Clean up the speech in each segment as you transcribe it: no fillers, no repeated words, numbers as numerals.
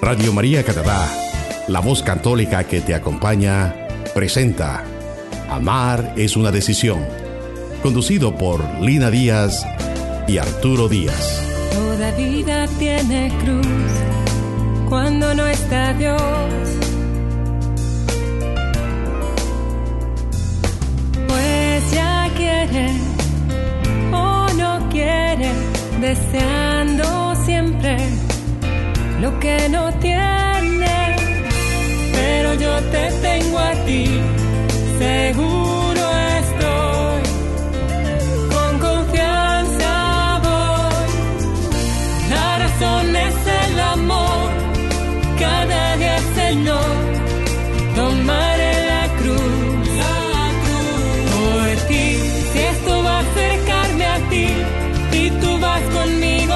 Radio María Canadá, la voz católica que te acompaña, presenta Amar es una decisión, conducido por Lina Díaz y Arturo Díaz. Toda vida tiene cruz cuando no está Dios. Pues ya quiere o no quiere, deseando siempre lo que no tiene. Pero yo te tengo a ti, seguro estoy, con confianza voy. La razón es el amor, cada día Señor, tomaré la cruz por ti. Si esto va a acercarme a ti y tú vas conmigo,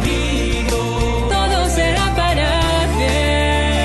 todo será para bien.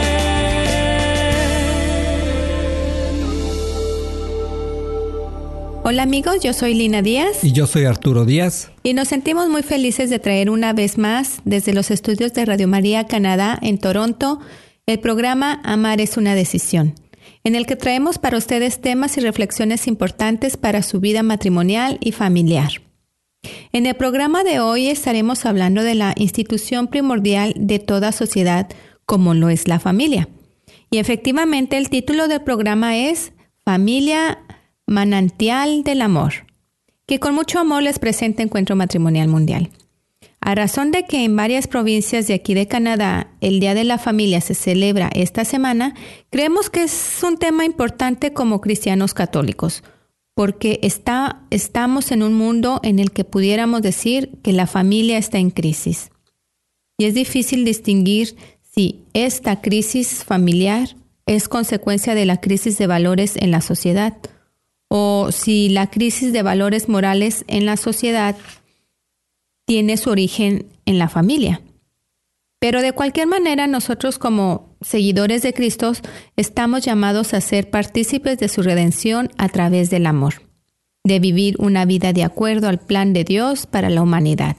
Hola amigos, yo soy Lina Díaz. Y yo soy Arturo Díaz. Y nos sentimos muy felices de traer una vez más desde los estudios de Radio María Canadá en Toronto el programa Amar es una decisión, en el que traemos para ustedes temas y reflexiones importantes para su vida matrimonial y familiar. En el programa de hoy estaremos hablando de la institución primordial de toda sociedad, como lo es la familia. Y efectivamente el título del programa es Familia Manantial del Amor, que con mucho amor les presenta Encuentro Matrimonial Mundial. A razón de que en varias provincias de aquí de Canadá el Día de la Familia se celebra esta semana, creemos que es un tema importante como cristianos católicos, porque estamos en un mundo en el que pudiéramos decir que la familia está en crisis. Y es difícil distinguir si esta crisis familiar es consecuencia de la crisis de valores en la sociedad, o si la crisis de valores morales en la sociedad tiene su origen en la familia. Pero de cualquier manera, nosotros como seguidores de Cristo estamos llamados a ser partícipes de su redención a través del amor, de vivir una vida de acuerdo al plan de Dios para la humanidad.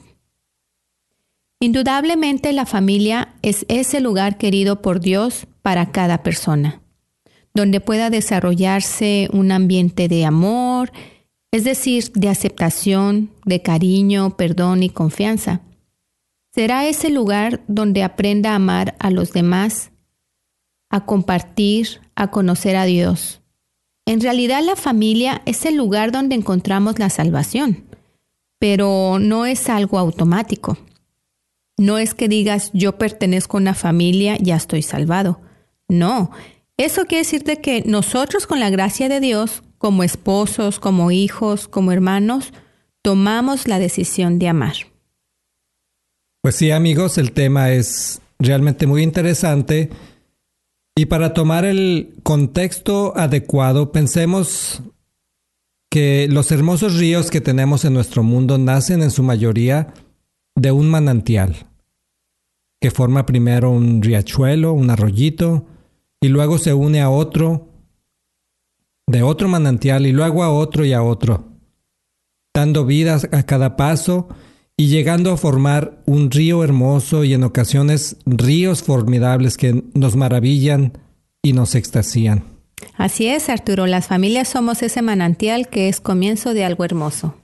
Indudablemente la familia es ese lugar querido por Dios para cada persona, donde pueda desarrollarse un ambiente de amor, es decir, de aceptación, de cariño, perdón y confianza. Será ese lugar donde aprenda a amar a los demás, a compartir, a conocer a Dios. En realidad la familia es el lugar donde encontramos la salvación, pero no es algo automático. No es que digas, yo pertenezco a una familia, ya estoy salvado. No, eso quiere decir de que nosotros con la gracia de Dios, como esposos, como hijos, como hermanos, tomamos la decisión de amar. Pues sí, amigos, el tema es realmente muy interesante. Y para tomar el contexto adecuado, pensemos que los hermosos ríos que tenemos en nuestro mundo nacen en su mayoría de un manantial, que forma primero un riachuelo, un arroyito, y luego se une a otro, de otro manantial, y luego a otro y a otro, dando vida a cada paso y llegando a formar un río hermoso y en ocasiones ríos formidables que nos maravillan y nos extasían. Así es, Arturo, las familias somos ese manantial que es comienzo de algo hermoso.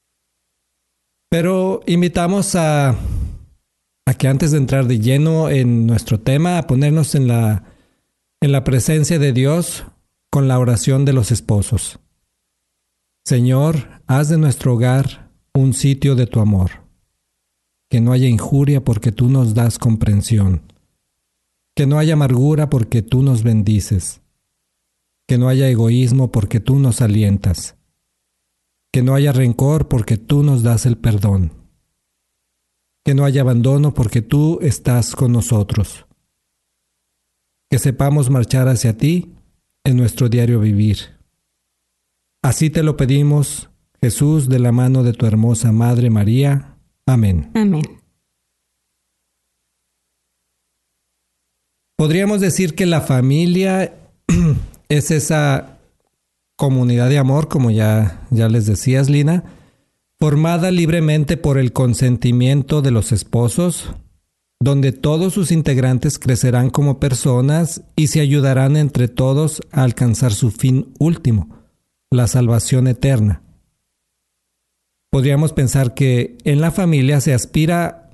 Pero invitamos a que antes de entrar de lleno en nuestro tema, a ponernos en la presencia de Dios con la oración de los esposos. Señor, haz de nuestro hogar un sitio de tu amor. Que no haya injuria porque tú nos das comprensión. Que no haya amargura porque tú nos bendices. Que no haya egoísmo porque tú nos alientas. Que no haya rencor porque tú nos das el perdón. Que no haya abandono porque tú estás con nosotros. Que sepamos marchar hacia ti en nuestro diario vivir. Así te lo pedimos, Jesús, de la mano de tu hermosa Madre María. Amén. Amén. Podríamos decir que la familia es esa comunidad de amor, como ya les decías, Lina, formada libremente por el consentimiento de los esposos, donde todos sus integrantes crecerán como personas y se ayudarán entre todos a alcanzar su fin último, la salvación eterna. Podríamos pensar que en la familia se aspira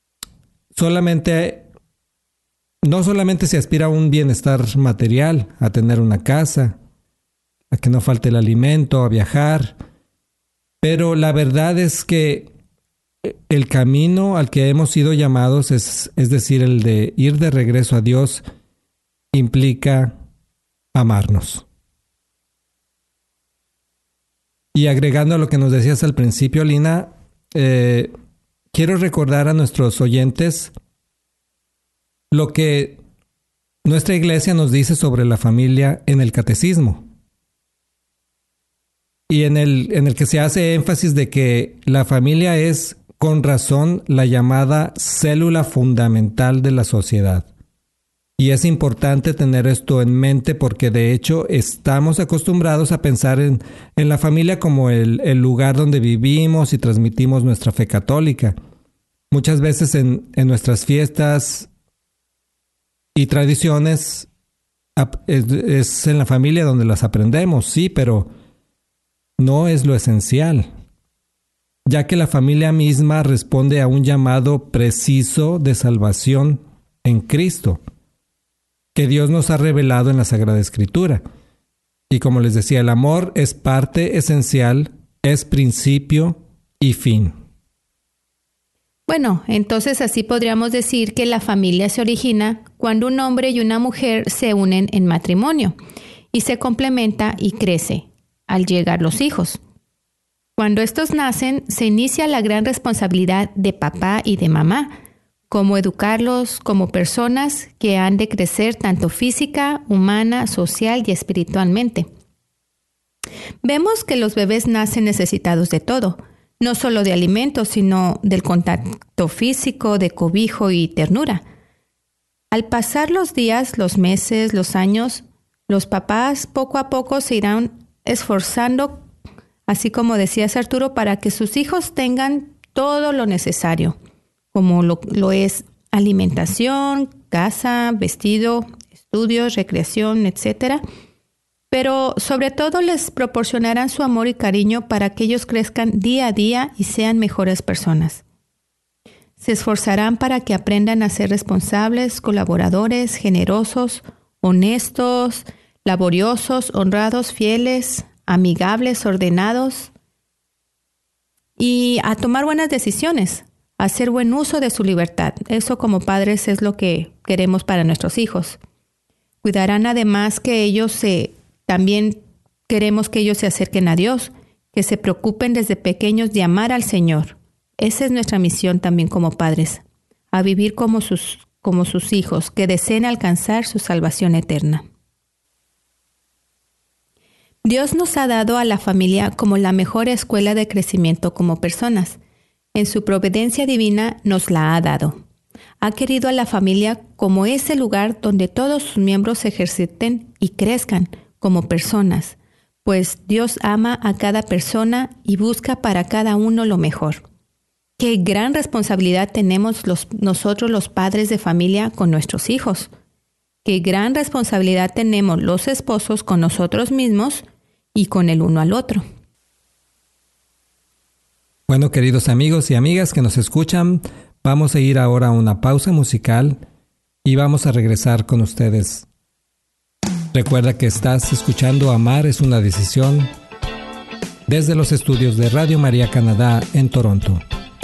no solamente se aspira a un bienestar material, a tener una casa, a que no falte el alimento, a viajar, pero la verdad es que el camino al que hemos sido llamados, es decir, el de ir de regreso a Dios, implica amarnos. Y agregando a lo que nos decías al principio, Lina, quiero recordar a nuestros oyentes lo que nuestra iglesia nos dice sobre la familia en el catecismo. Y en el que se hace énfasis de que la familia es, con razón, la llamada célula fundamental de la sociedad. Y es importante tener esto en mente porque de hecho estamos acostumbrados a pensar en la familia como el lugar donde vivimos y transmitimos nuestra fe católica. Muchas veces en nuestras fiestas y tradiciones es en la familia donde las aprendemos, sí, pero no es lo esencial, ya que la familia misma responde a un llamado preciso de salvación en Cristo, que Dios nos ha revelado en la Sagrada Escritura. Y como les decía, el amor es parte esencial, es principio y fin. Bueno, entonces así podríamos decir que la familia se origina cuando un hombre y una mujer se unen en matrimonio y se complementa y crece al llegar los hijos. Cuando estos nacen, se inicia la gran responsabilidad de papá y de mamá, como educarlos como personas que han de crecer tanto física, humana, social y espiritualmente. Vemos que los bebés nacen necesitados de todo, no solo de alimentos, sino del contacto físico, de cobijo y ternura. Al pasar los días, los meses, los años, los papás poco a poco se irán esforzando, así como decías Arturo, para que sus hijos tengan todo lo necesario, como lo es alimentación, casa, vestido, estudios, recreación, etc. Pero sobre todo les proporcionarán su amor y cariño para que ellos crezcan día a día y sean mejores personas. Se esforzarán para que aprendan a ser responsables, colaboradores, generosos, honestos, laboriosos, honrados, fieles, amigables, ordenados y a tomar buenas decisiones, a hacer buen uso de su libertad. Eso como padres es lo que queremos para nuestros hijos. Cuidarán además que también queremos que ellos se acerquen a Dios, que se preocupen desde pequeños de amar al Señor. Esa es nuestra misión también como padres, a vivir como sus hijos, que deseen alcanzar su salvación eterna. Dios nos ha dado a la familia como la mejor escuela de crecimiento como personas. En su providencia divina nos la ha dado. Ha querido a la familia como ese lugar donde todos sus miembros se ejerciten y crezcan como personas, pues Dios ama a cada persona y busca para cada uno lo mejor. Qué gran responsabilidad tenemos nosotros los padres de familia con nuestros hijos. Qué gran responsabilidad tenemos los esposos con nosotros mismos y con el uno al otro. Bueno, queridos amigos y amigas que nos escuchan, vamos a ir ahora a una pausa musical y vamos a regresar con ustedes. Recuerda que estás escuchando Amar es una decisión desde los estudios de Radio María Canadá en Toronto.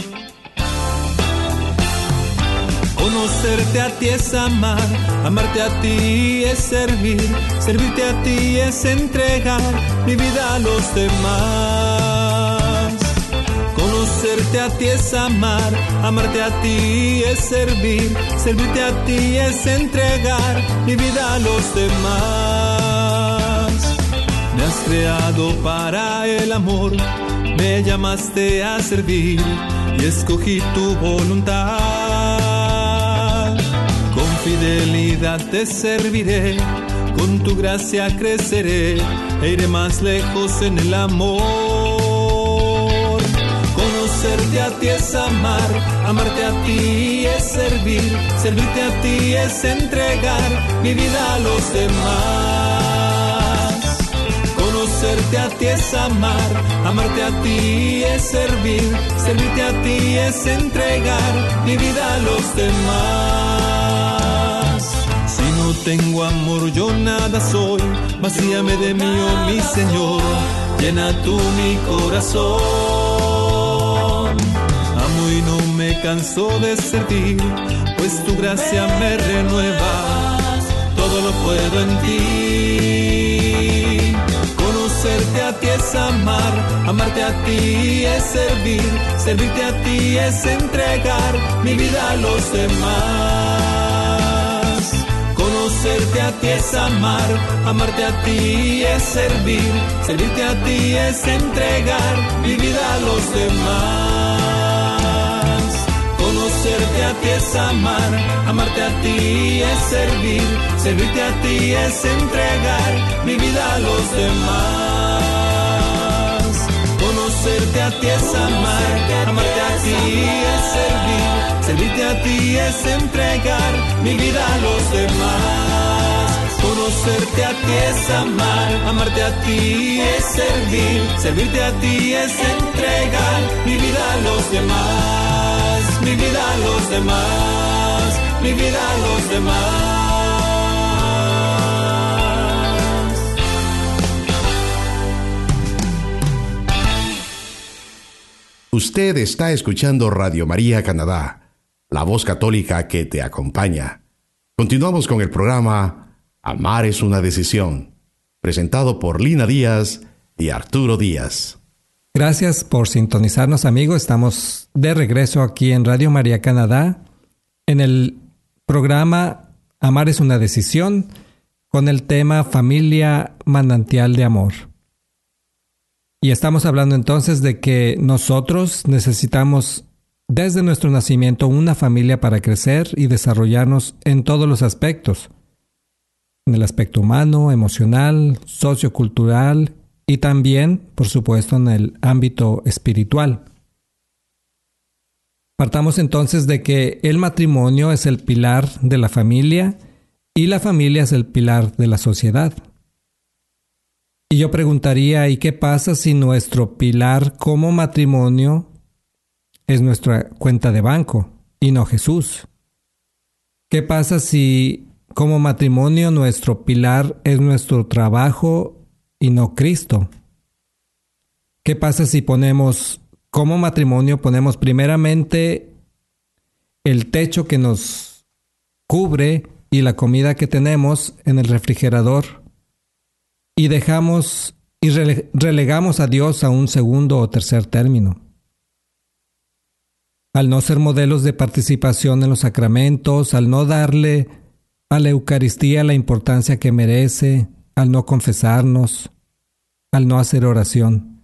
Conocerte a ti es amar, amarte a ti es servir, servirte a ti es entregar mi vida a los demás. Conocerte a ti es amar, amarte a ti es servir, servirte a ti es entregar mi vida a los demás. Me has creado para el amor, me llamaste a servir y escogí tu voluntad. Con fidelidad te serviré, con tu gracia creceré e iré más lejos en el amor. Conocerte a ti es amar, amarte a ti es servir, servirte a ti es entregar mi vida a los demás. Conocerte a ti es amar, amarte a ti es servir, servirte a ti es entregar mi vida a los demás. Si no tengo amor yo nada soy, vacíame de mí, oh mi Señor, llena tú mi corazón. Amo y no me canso de servir, pues tu gracia me renueva, todo lo puedo en ti. Conocerte a ti es amar, amarte a ti es servir, servirte a ti es entregar mi vida a los demás. Conocerte a ti es amar, amarte a ti es servir, servirte a ti es entregar mi vida a los demás. Conocerte a ti es amar, amarte a ti es servir, servirte a ti es entregar mi vida a los demás. Conocerte a ti es amar, amarte a ti es servir, servirte a ti es entregar mi vida a los demás. Conocerte a ti es amar, amarte a ti es servir, servirte a ti es entregar mi vida a los demás, mi vida a los demás, mi vida a los demás. Usted está escuchando Radio María Canadá, la voz católica que te acompaña. Continuamos con el programa Amar es una decisión, presentado por Lina Díaz y Arturo Díaz. Gracias por sintonizarnos, amigos. Estamos de regreso aquí en Radio María Canadá, en el programa Amar es una decisión, con el tema Familia Manantial de Amor. Y estamos hablando entonces de que nosotros necesitamos desde nuestro nacimiento una familia para crecer y desarrollarnos en todos los aspectos. En el aspecto humano, emocional, sociocultural y también, por supuesto, en el ámbito espiritual. Partamos entonces de que el matrimonio es el pilar de la familia y la familia es el pilar de la sociedad. Y yo preguntaría, ¿y qué pasa si nuestro pilar como matrimonio es nuestra cuenta de banco y no Jesús? ¿Qué pasa si como matrimonio nuestro pilar es nuestro trabajo y no Cristo? ¿Qué pasa si como matrimonio ponemos primeramente el techo que nos cubre y la comida que tenemos en el refrigerador y dejamos y relegamos a Dios a un segundo o tercer término? Al no ser modelos de participación en los sacramentos, al no darle a la Eucaristía la importancia que merece, al no confesarnos, al no hacer oración.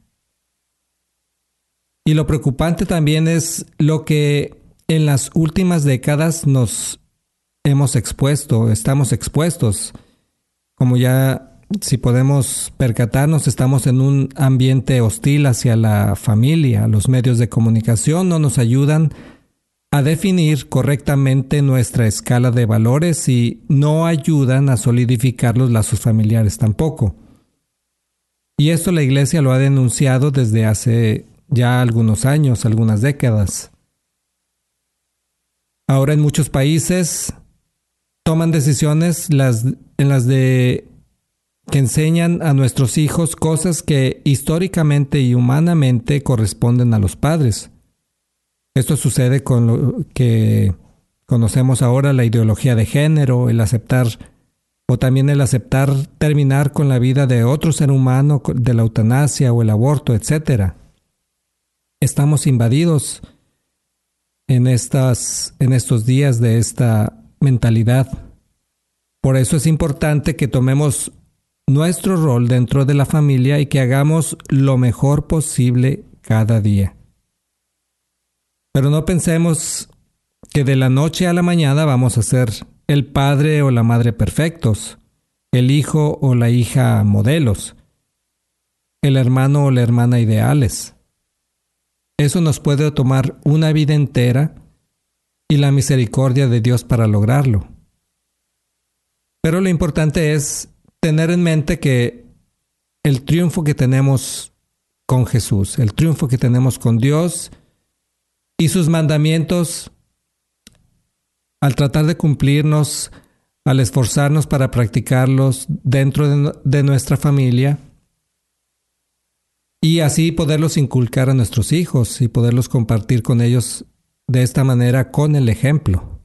Y lo preocupante también es lo que en las últimas décadas nos estamos expuestos. Como ya, si podemos percatarnos, estamos en un ambiente hostil hacia la familia. Los medios de comunicación no nos ayudan a definir correctamente nuestra escala de valores y no ayudan a solidificar los lazos familiares tampoco. Y esto la Iglesia lo ha denunciado desde hace ya algunos años, algunas décadas. Ahora en muchos países toman decisiones que enseñan a nuestros hijos cosas que históricamente y humanamente corresponden a los padres. Esto sucede con lo que conocemos ahora, la ideología de género, el aceptar terminar con la vida de otro ser humano, de la eutanasia o el aborto, etc. Estamos invadidos en estos días de esta mentalidad. Por eso es importante que tomemos nuestro rol dentro de la familia y que hagamos lo mejor posible cada día. Pero no pensemos que de la noche a la mañana vamos a ser el padre o la madre perfectos, el hijo o la hija modelos, el hermano o la hermana ideales. Eso nos puede tomar una vida entera y la misericordia de Dios para lograrlo. Pero lo importante es tener en mente que el triunfo que tenemos con Jesús, el triunfo que tenemos con Dios y sus mandamientos, al tratar de cumplirnos, al esforzarnos para practicarlos dentro de nuestra familia y así poderlos inculcar a nuestros hijos y poderlos compartir con ellos de esta manera con el ejemplo.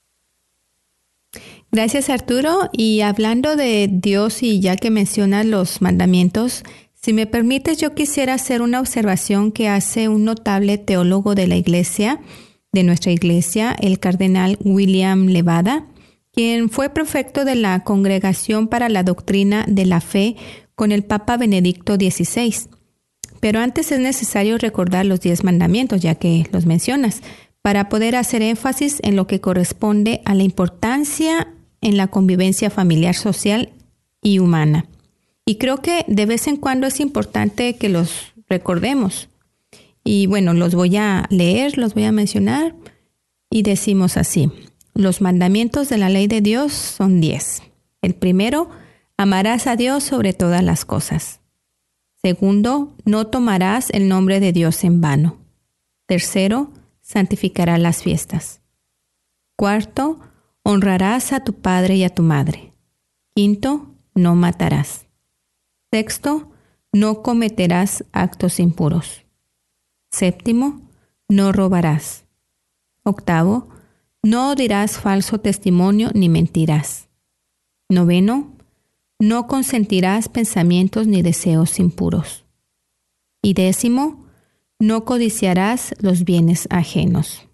Gracias, Arturo. Y hablando de Dios y ya que mencionas los mandamientos, si me permites, yo quisiera hacer una observación que hace un notable teólogo de la iglesia, de nuestra iglesia, el cardenal William Levada, quien fue prefecto de la Congregación para la Doctrina de la Fe con el Papa Benedicto XVI. Pero antes es necesario recordar los 10 mandamientos, ya que los mencionas, para poder hacer énfasis en lo que corresponde a la importancia en la convivencia familiar, social y humana. Y creo que de vez en cuando es importante que los recordemos. Y bueno, los voy a leer, los voy a mencionar y decimos así. Los mandamientos de la ley de Dios son 10. El primero, amarás a Dios sobre todas las cosas. Segundo, no tomarás el nombre de Dios en vano. Tercero, santificarás las fiestas. Cuarto, honrarás a tu padre y a tu madre. Quinto, no matarás. Sexto, no cometerás actos impuros. Séptimo, no robarás. Octavo, no dirás falso testimonio ni mentirás. Noveno, no consentirás pensamientos ni deseos impuros. Y décimo, no codiciarás los bienes ajenos.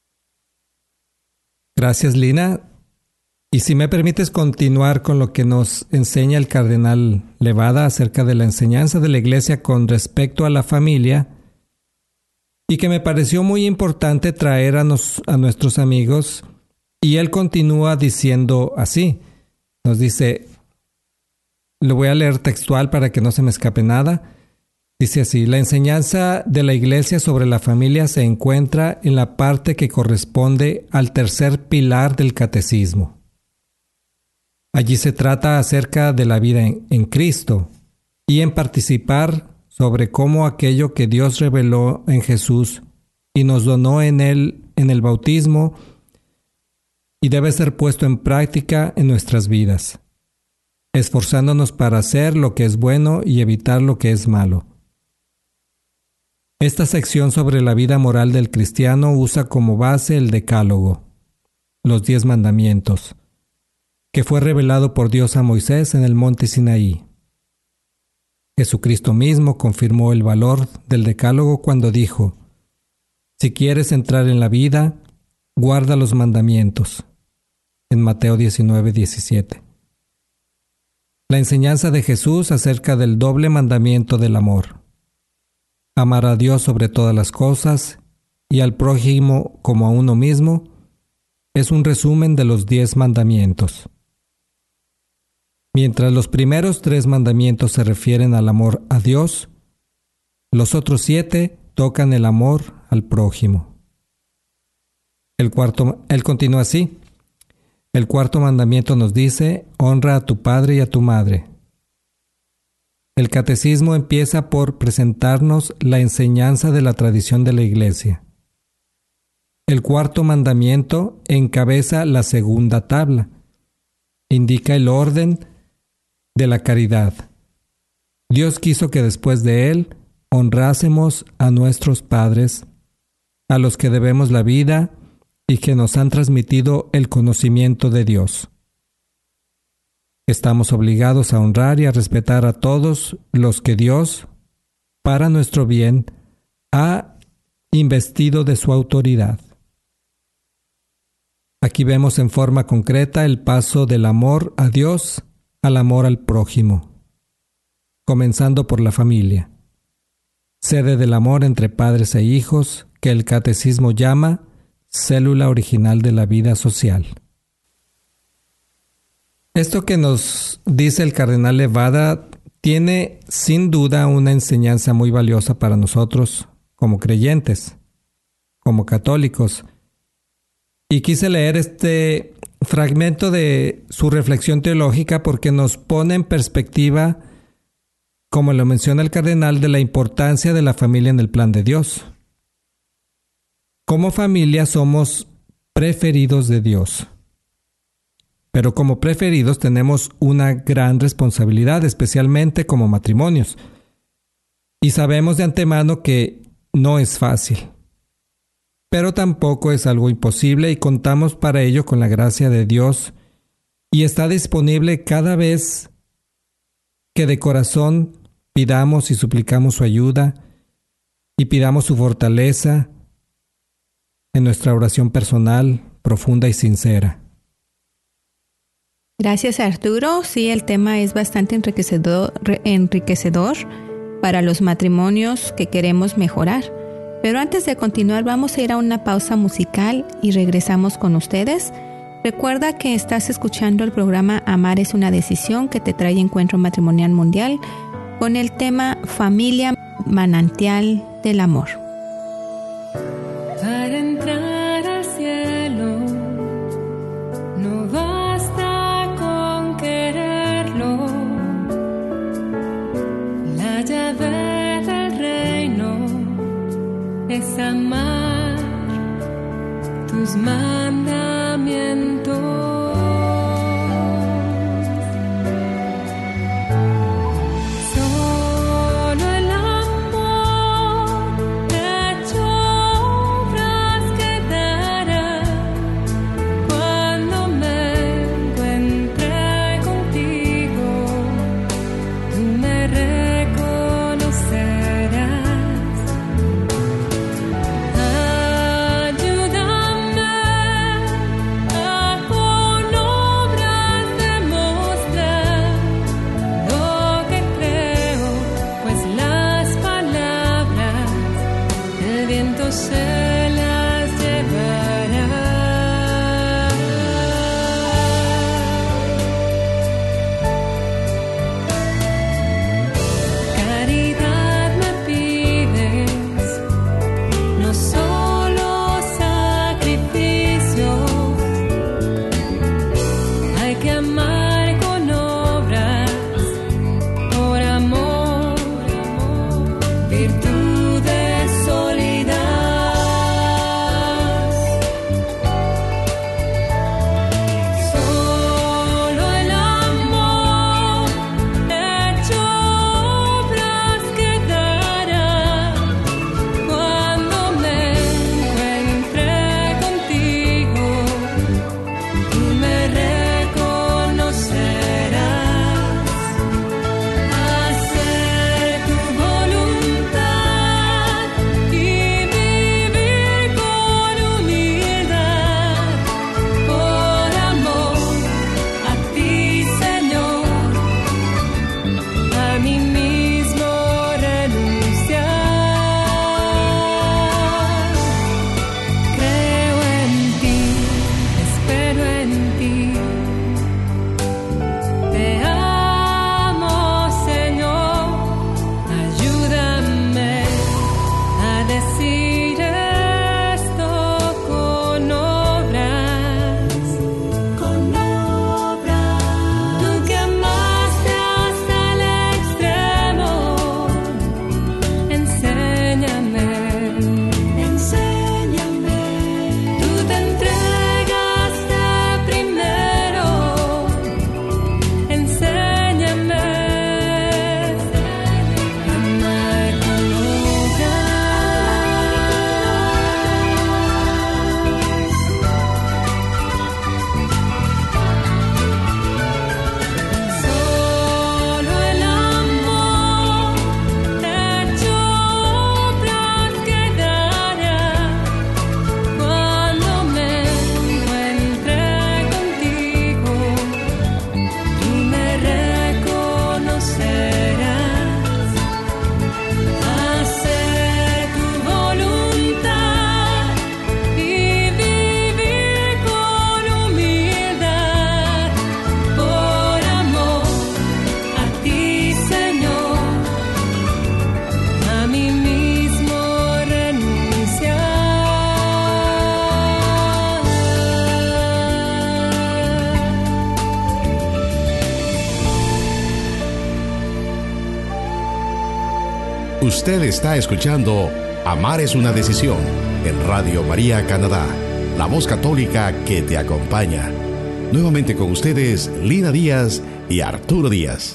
Gracias, Lina. Y si me permites continuar con lo que nos enseña el cardenal Levada acerca de la enseñanza de la Iglesia con respecto a la familia, y que me pareció muy importante traer a nuestros amigos, y él continúa diciendo así, nos dice, lo voy a leer textual para que no se me escape nada. Dice así, la enseñanza de la Iglesia sobre la familia se encuentra en la parte que corresponde al tercer pilar del catecismo. Allí se trata acerca de la vida en Cristo y en participar sobre cómo aquello que Dios reveló en Jesús y nos donó en Él en el bautismo y debe ser puesto en práctica en nuestras vidas, esforzándonos para hacer lo que es bueno y evitar lo que es malo. Esta sección sobre la vida moral del cristiano usa como base el Decálogo, los 10 mandamientos, que fue revelado por Dios a Moisés en el monte Sinaí. Jesucristo mismo confirmó el valor del Decálogo cuando dijo, si quieres entrar en la vida, guarda los mandamientos, en Mateo 19:17. La enseñanza de Jesús acerca del doble mandamiento del amor. Amar a Dios sobre todas las cosas y al prójimo como a uno mismo es un resumen de los 10 mandamientos. Mientras los primeros 3 mandamientos se refieren al amor a Dios, los otros 7 tocan el amor al prójimo. Él continúa así. El cuarto mandamiento nos dice, honra a tu padre y a tu madre. El catecismo empieza por presentarnos la enseñanza de la tradición de la Iglesia. El cuarto mandamiento encabeza la segunda tabla. Indica el orden de la caridad. Dios quiso que después de él honrásemos a nuestros padres, a los que debemos la vida y que nos han transmitido el conocimiento de Dios. Estamos obligados a honrar y a respetar a todos los que Dios, para nuestro bien, ha investido de su autoridad. Aquí vemos en forma concreta el paso del amor a Dios al amor al prójimo, comenzando por la familia, sede del amor entre padres e hijos que el catecismo llama célula original de la vida social. Esto que nos dice el cardenal Levada tiene sin duda una enseñanza muy valiosa para nosotros como creyentes, como católicos. Y quise leer este fragmento de su reflexión teológica porque nos pone en perspectiva, como lo menciona el cardenal, de la importancia de la familia en el plan de Dios. Como familia somos preferidos de Dios. Pero como preferidos tenemos una gran responsabilidad, especialmente como matrimonios. Y sabemos de antemano que no es fácil. Pero tampoco es algo imposible y contamos para ello con la gracia de Dios y está disponible cada vez que de corazón pidamos y suplicamos su ayuda y pidamos su fortaleza en nuestra oración personal, profunda y sincera. Gracias, Arturo. Sí, el tema es bastante enriquecedor para los matrimonios que queremos mejorar. Pero antes de continuar, vamos a ir a una pausa musical y regresamos con ustedes. Recuerda que estás escuchando el programa Amar es una decisión, que te trae Encuentro Matrimonial Mundial con el tema Familia, manantial del amor. Para entrar al cielo no basta con quererlo. La llave del reino es amar tus mandamientos. Solo el amor te Usted está escuchando Amar es una decisión en Radio María Canadá, la voz católica que te acompaña. Nuevamente con ustedes, Lina Díaz y Arturo Díaz.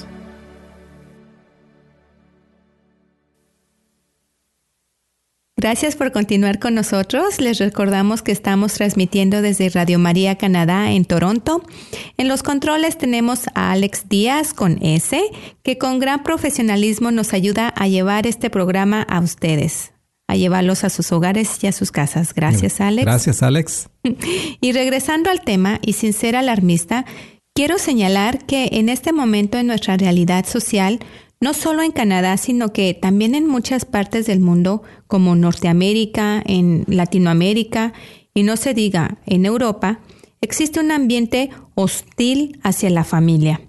Gracias por continuar con nosotros. Les recordamos que estamos transmitiendo desde Radio María Canadá en Toronto. En los controles tenemos a Alex Díaz con S, que con gran profesionalismo nos ayuda a llevar este programa a ustedes, a llevarlos a sus hogares y a sus casas. Gracias, Alex. Gracias, Alex. Y regresando al tema, y sin ser alarmista, quiero señalar que en este momento en nuestra realidad social, no solo en Canadá, sino que también en muchas partes del mundo, como Norteamérica, en Latinoamérica y no se diga en Europa, existe un ambiente hostil hacia la familia.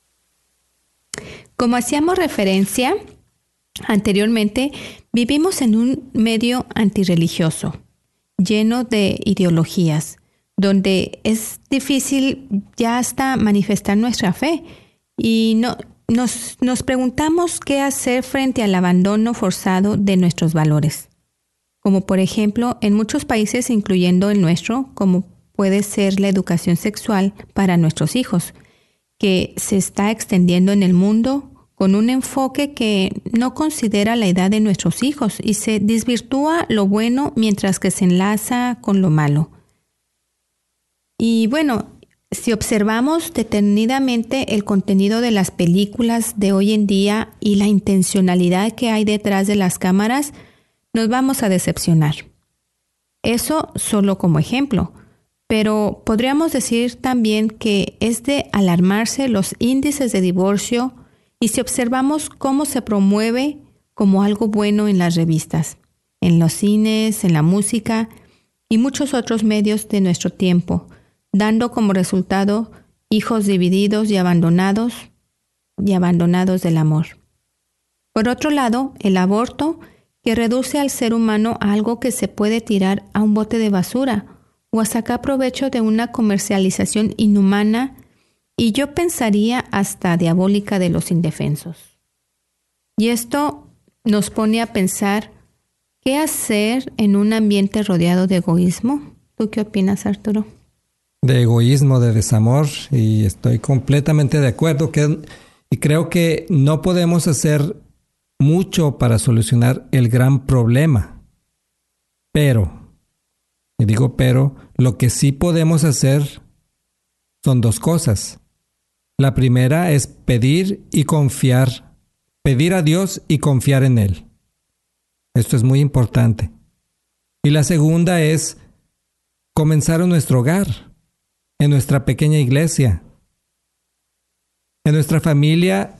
Como hacíamos referencia anteriormente, vivimos en un medio antirreligioso, lleno de ideologías, donde es difícil ya hasta manifestar nuestra fe y nos preguntamos qué hacer frente al abandono forzado de nuestros valores. Como por ejemplo, en muchos países, incluyendo el nuestro, como puede ser la educación sexual para nuestros hijos, que se está extendiendo en el mundo con un enfoque que no considera la edad de nuestros hijos y se desvirtúa lo bueno mientras que se enlaza con lo malo. Y bueno, si observamos detenidamente el contenido de las películas de hoy en día y la intencionalidad que hay detrás de las cámaras, nos vamos a decepcionar. Eso solo como ejemplo, pero podríamos decir también que es de alarmarse los índices de divorcio y si observamos cómo se promueve como algo bueno en las revistas, en los cines, en la música y muchos otros medios de nuestro tiempo, dando como resultado hijos divididos y abandonados del amor. Por otro lado, el aborto, que reduce al ser humano a algo que se puede tirar a un bote de basura o a sacar provecho de una comercialización inhumana y yo pensaría hasta diabólica de los indefensos. Y esto nos pone a pensar, ¿qué hacer en un ambiente rodeado de egoísmo? ¿Tú qué opinas, Arturo? De egoísmo, de desamor, y estoy completamente de acuerdo y creo que no podemos hacer mucho para solucionar el gran problema. Pero, lo que sí podemos hacer son dos cosas. La primera es pedir a Dios y confiar en Él. Esto es muy importante. Y la segunda es comenzar en nuestro hogar, en nuestra pequeña iglesia. En nuestra familia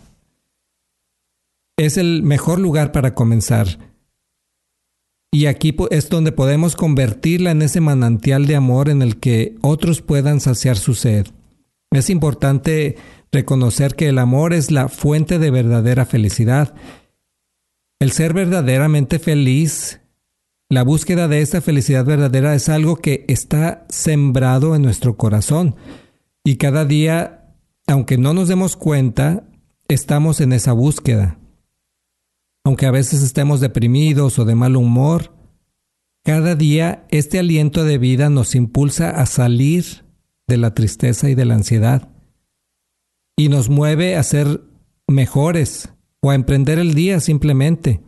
es el mejor lugar para comenzar. Y aquí es donde podemos convertirla en ese manantial de amor en el que otros puedan saciar su sed. Es importante reconocer que el amor es la fuente de verdadera felicidad. El ser verdaderamente feliz, la búsqueda de esta felicidad verdadera es algo que está sembrado en nuestro corazón. Y cada día, aunque no nos demos cuenta, estamos en esa búsqueda. Aunque a veces estemos deprimidos o de mal humor, cada día este aliento de vida nos impulsa a salir de la tristeza y de la ansiedad y nos mueve a ser mejores o a emprender el día simplemente.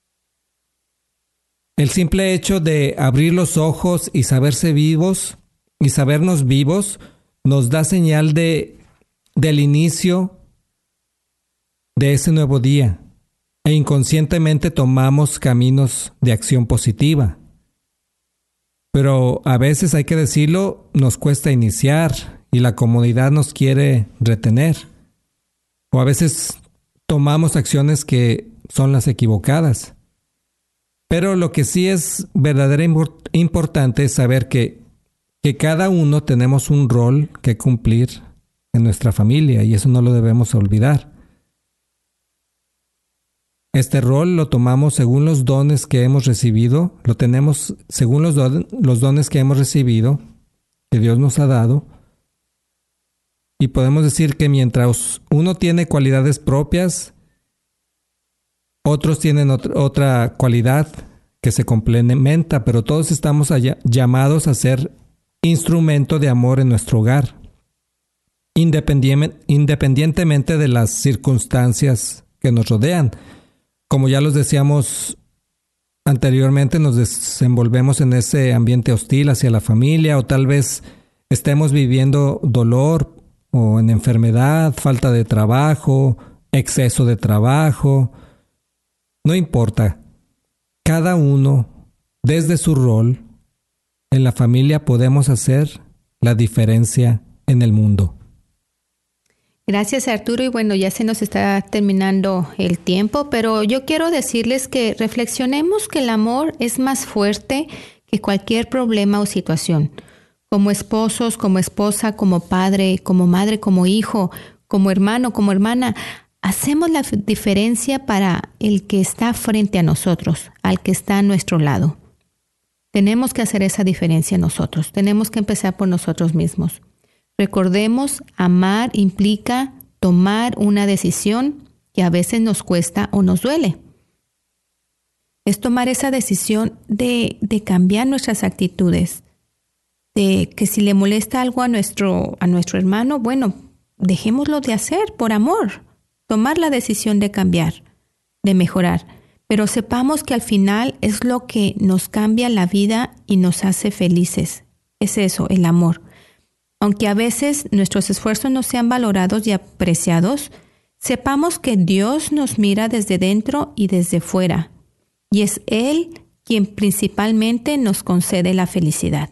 El simple hecho de abrir los ojos y saberse vivos y sabernos vivos nos da señal del inicio de ese nuevo día e inconscientemente tomamos caminos de acción positiva. Pero a veces, hay que decirlo, nos cuesta iniciar y la comodidad nos quiere retener. O a veces tomamos acciones que son las equivocadas. Pero lo que sí es verdaderamente importante es saber que cada uno tenemos un rol que cumplir en nuestra familia y eso no lo debemos olvidar. Este rol lo tomamos según los dones que hemos recibido, lo tenemos según los dones que hemos recibido, que Dios nos ha dado. Y podemos decir que mientras uno tiene cualidades propias, Otros tienen otra cualidad que se complementa, pero todos estamos llamados a ser instrumento de amor en nuestro hogar, independientemente de las circunstancias que nos rodean. Como ya los decíamos anteriormente, nos desenvolvemos en ese ambiente hostil hacia la familia, o tal vez estemos viviendo dolor o en enfermedad, falta de trabajo, exceso de trabajo. No importa. Cada uno, desde su rol, en la familia podemos hacer la diferencia en el mundo. Gracias, Arturo. Y bueno, ya se nos está terminando el tiempo, pero yo quiero decirles que reflexionemos que el amor es más fuerte que cualquier problema o situación. Como esposos, como esposa, como padre, como madre, como hijo, como hermano, como hermana, hacemos la diferencia para el que está frente a nosotros, al que está a nuestro lado. Tenemos que hacer esa diferencia nosotros. Tenemos que empezar por nosotros mismos. Recordemos, amar implica tomar una decisión que a veces nos cuesta o nos duele. Es tomar esa decisión de cambiar nuestras actitudes, de que si le molesta algo a nuestro hermano, bueno, dejémoslo de hacer por amor. Tomar la decisión de cambiar, de mejorar. Pero sepamos que al final es lo que nos cambia la vida y nos hace felices. Es eso, el amor. Aunque a veces nuestros esfuerzos no sean valorados y apreciados, sepamos que Dios nos mira desde dentro y desde fuera. Y es Él quien principalmente nos concede la felicidad.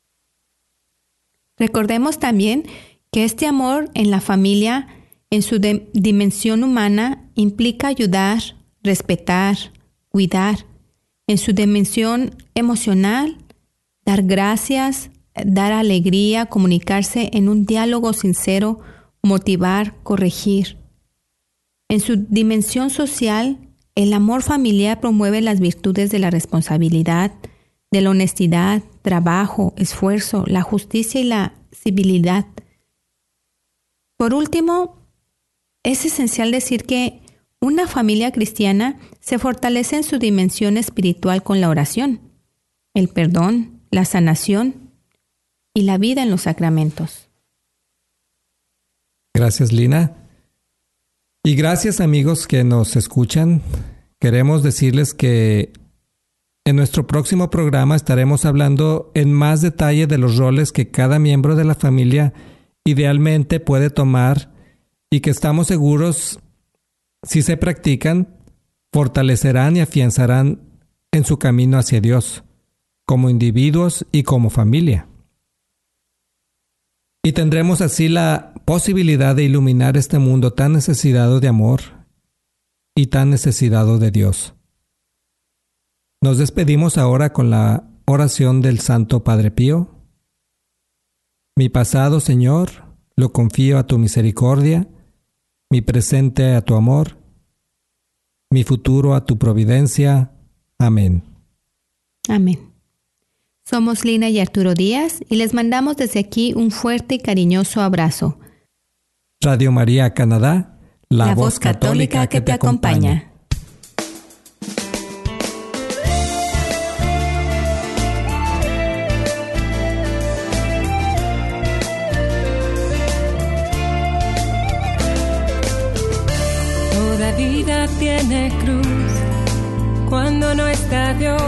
Recordemos también que este amor en la familia, en su dimensión humana, implica ayudar, respetar, cuidar. En su dimensión emocional, dar gracias, dar alegría, comunicarse en un diálogo sincero, motivar, corregir. En su dimensión social, el amor familiar promueve las virtudes de la responsabilidad, de la honestidad, trabajo, esfuerzo, la justicia y la civilidad. Por último, es esencial decir que una familia cristiana se fortalece en su dimensión espiritual con la oración, el perdón, la sanación y la vida en los sacramentos. Gracias, Lina. Y gracias, amigos que nos escuchan. Queremos decirles que en nuestro próximo programa estaremos hablando en más detalle de los roles que cada miembro de la familia idealmente puede tomar y que estamos seguros, si se practican, fortalecerán y afianzarán en su camino hacia Dios, como individuos y como familia. Y tendremos así la posibilidad de iluminar este mundo tan necesitado de amor y tan necesitado de Dios. Nos despedimos ahora con la oración del Santo Padre Pío. Mi pasado, Señor, lo confío a tu misericordia, mi presente a tu amor, mi futuro a tu providencia. Amén. Amén. Somos Lina y Arturo Díaz y les mandamos desde aquí un fuerte y cariñoso abrazo. Radio María Canadá, la voz católica que te acompaña. Toda vida tiene cruz cuando no está Dios.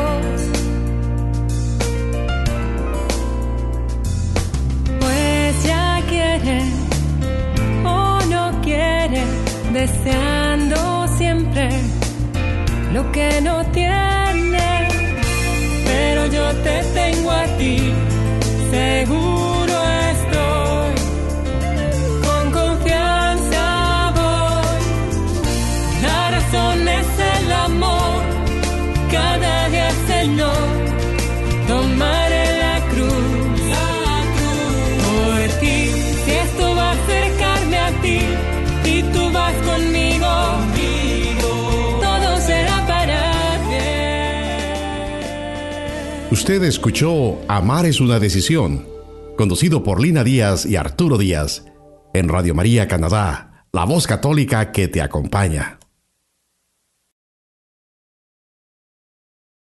Pues ya quiere o no quiere, deseando siempre lo que no tiene. Pero yo te tengo a ti, seguro estoy, con confianza voy. La razón es el amor, cada día, Señor, tomaré la cruz, por ti. Si esto va a acercarme a ti y tú vas conmigo, todo será para bien. Usted escuchó Amar es una decisión, conducido por Lina Díaz y Arturo Díaz, en Radio María Canadá, la voz católica que te acompaña.